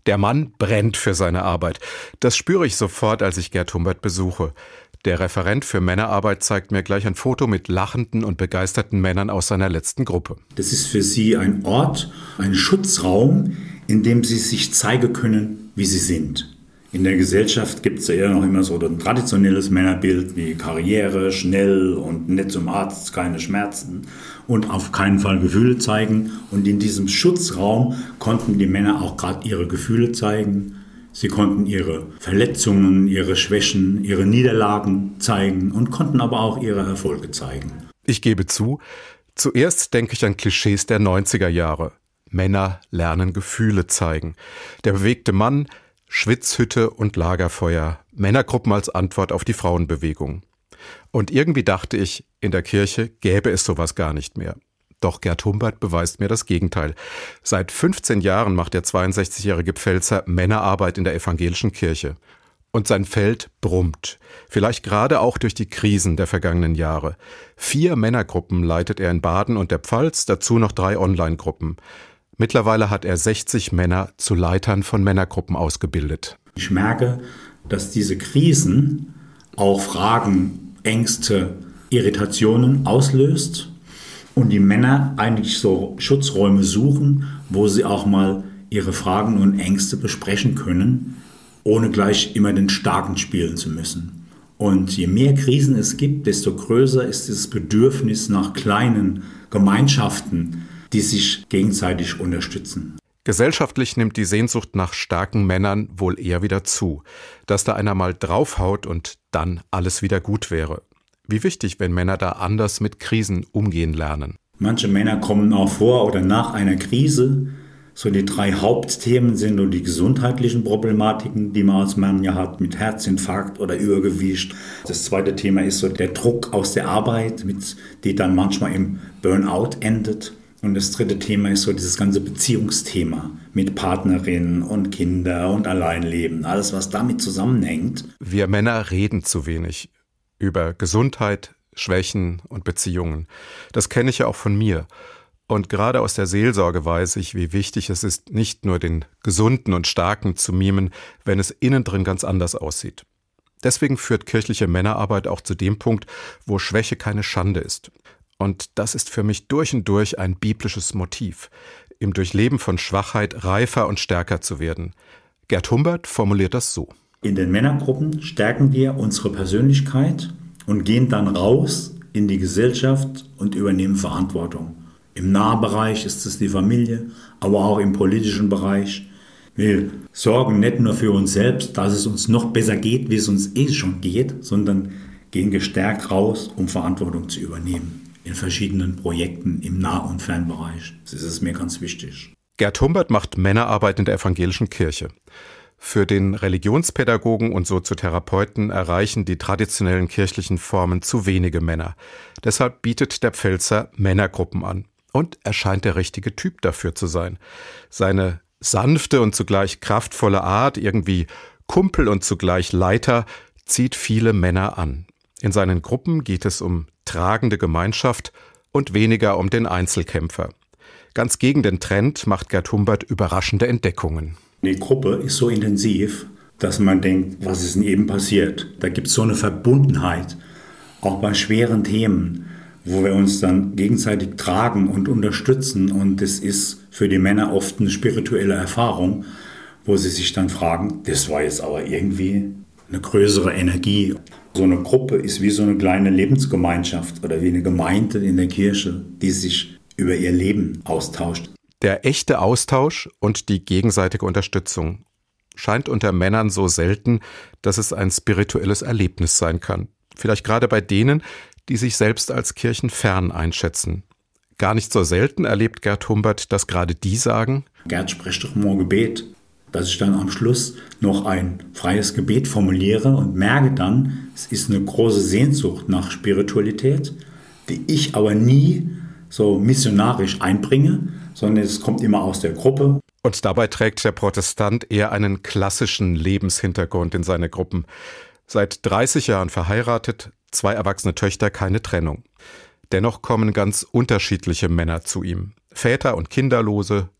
Der Mann brennt für seine Arbeit. Das spüre ich sofort, als ich Gerd Humbert besuche. Der Referent für Männerarbeit zeigt mir gleich ein Foto mit lachenden und begeisterten Männern aus seiner letzten Gruppe. Das ist für sie ein Ort, ein Schutzraum, in dem sie sich zeigen können, wie sie sind. In der Gesellschaft gibt es ja eher noch immer so ein traditionelles Männerbild wie Karriere, schnell und nicht zum Arzt, keine Schmerzen und auf keinen Fall Gefühle zeigen. Und in diesem Schutzraum konnten die Männer auch gerade ihre Gefühle zeigen. Sie konnten ihre Verletzungen, ihre Schwächen, ihre Niederlagen zeigen und konnten aber auch ihre Erfolge zeigen. Ich gebe zu, zuerst denke ich an Klischees der 90er Jahre. Männer lernen Gefühle zeigen. Der bewegte Mann, Schwitzhütte und Lagerfeuer, Männergruppen als Antwort auf die Frauenbewegung. Und irgendwie dachte ich, in der Kirche gäbe es sowas gar nicht mehr. Doch Gerd Humbert beweist mir das Gegenteil. Seit 15 Jahren macht der 62-jährige Pfälzer Männerarbeit in der evangelischen Kirche. Und sein Feld brummt. Vielleicht gerade auch durch die Krisen der vergangenen Jahre. 4 Männergruppen leitet er in Baden und der Pfalz, dazu noch 3 Online-Gruppen. Mittlerweile hat er 60 Männer zu Leitern von Männergruppen ausgebildet. Ich merke, dass diese Krisen auch Fragen, Ängste, Irritationen auslöst und die Männer eigentlich so Schutzräume suchen, wo sie auch mal ihre Fragen und Ängste besprechen können, ohne gleich immer den Starken spielen zu müssen. Und je mehr Krisen es gibt, desto größer ist das Bedürfnis nach kleinen Gemeinschaften, die sich gegenseitig unterstützen. Gesellschaftlich nimmt die Sehnsucht nach starken Männern wohl eher wieder zu, dass da einer mal draufhaut und dann alles wieder gut wäre. Wie wichtig, wenn Männer da anders mit Krisen umgehen lernen. Manche Männer kommen auch vor oder nach einer Krise. So die 3 Hauptthemen sind nur die gesundheitlichen Problematiken, die man als Mann ja hat, mit Herzinfarkt oder Übergewicht. Das zweite Thema ist so der Druck aus der Arbeit, die dann manchmal im Burnout endet. Und das dritte Thema ist so dieses ganze Beziehungsthema mit Partnerinnen und Kinder und Alleinleben, alles was damit zusammenhängt. Wir Männer reden zu wenig über Gesundheit, Schwächen und Beziehungen. Das kenne ich ja auch von mir. Und gerade aus der Seelsorge weiß ich, wie wichtig es ist, nicht nur den Gesunden und Starken zu mimen, wenn es innen drin ganz anders aussieht. Deswegen führt kirchliche Männerarbeit auch zu dem Punkt, wo Schwäche keine Schande ist. Und das ist für mich durch und durch ein biblisches Motiv, im Durchleben von Schwachheit reifer und stärker zu werden. Gerd Humbert formuliert das so. In den Männergruppen stärken wir unsere Persönlichkeit und gehen dann raus in die Gesellschaft und übernehmen Verantwortung. Im Nahbereich ist es die Familie, aber auch im politischen Bereich. Wir sorgen nicht nur für uns selbst, dass es uns noch besser geht, wie es uns schon geht, sondern gehen gestärkt raus, um Verantwortung zu übernehmen. In verschiedenen Projekten im Nah- und Fernbereich. Das ist mir ganz wichtig. Gerd Humbert macht Männerarbeit in der evangelischen Kirche. Für den Religionspädagogen und Soziotherapeuten erreichen die traditionellen kirchlichen Formen zu wenige Männer. Deshalb bietet der Pfälzer Männergruppen an. Und er scheint der richtige Typ dafür zu sein. Seine sanfte und zugleich kraftvolle Art, irgendwie Kumpel und zugleich Leiter, zieht viele Männer an. In seinen Gruppen geht es um tragende Gemeinschaft und weniger um den Einzelkämpfer. Ganz gegen den Trend macht Gerd Humbert überraschende Entdeckungen. Die Gruppe ist so intensiv, dass man denkt, was ist denn eben passiert? Da gibt es so eine Verbundenheit, auch bei schweren Themen, wo wir uns dann gegenseitig tragen und unterstützen. Und das ist für die Männer oft eine spirituelle Erfahrung, wo sie sich dann fragen, das war jetzt aber irgendwie eine größere Energie. So eine Gruppe ist wie so eine kleine Lebensgemeinschaft oder wie eine Gemeinde in der Kirche, die sich über ihr Leben austauscht. Der echte Austausch und die gegenseitige Unterstützung scheint unter Männern so selten, dass es ein spirituelles Erlebnis sein kann. Vielleicht gerade bei denen, die sich selbst als kirchenfern einschätzen. Gar nicht so selten erlebt Gerd Humbert, dass gerade die sagen: Gerd, sprich doch mal Gebet. Dass ich dann am Schluss noch ein freies Gebet formuliere und merke dann, es ist eine große Sehnsucht nach Spiritualität, die ich aber nie so missionarisch einbringe, sondern es kommt immer aus der Gruppe. Und dabei trägt der Protestant eher einen klassischen Lebenshintergrund in seine Gruppen. Seit 30 Jahren verheiratet, 2 erwachsene Töchter, keine Trennung. Dennoch kommen ganz unterschiedliche Männer zu ihm. Väter und Kinderlose,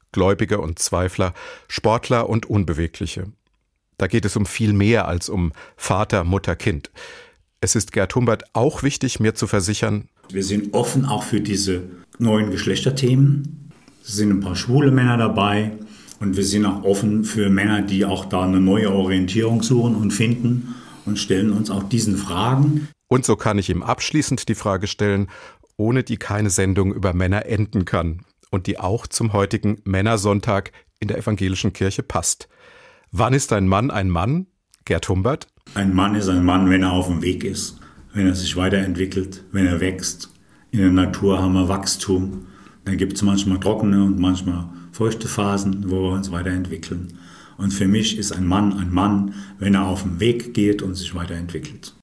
Gläubige und Zweifler, Sportler und Unbewegliche. Da geht es um viel mehr als um Vater, Mutter, Kind. Es ist Gerd Humbert auch wichtig, mir zu versichern: Wir sind offen auch für diese neuen Geschlechterthemen. Es sind ein paar schwule Männer dabei und wir sind auch offen für Männer, die auch da eine neue Orientierung suchen und finden und stellen uns auch diesen Fragen. Und so kann ich ihm abschließend die Frage stellen, ohne die keine Sendung über Männer enden kann und die auch zum heutigen Männersonntag in der evangelischen Kirche passt. Wann ist ein Mann ein Mann? Gerd Humbert? Ein Mann ist ein Mann, wenn er auf dem Weg ist, wenn er sich weiterentwickelt, wenn er wächst. In der Natur haben wir Wachstum. Da gibt es manchmal trockene und manchmal feuchte Phasen, wo wir uns weiterentwickeln. Und für mich ist ein Mann, wenn er auf dem Weg geht und sich weiterentwickelt.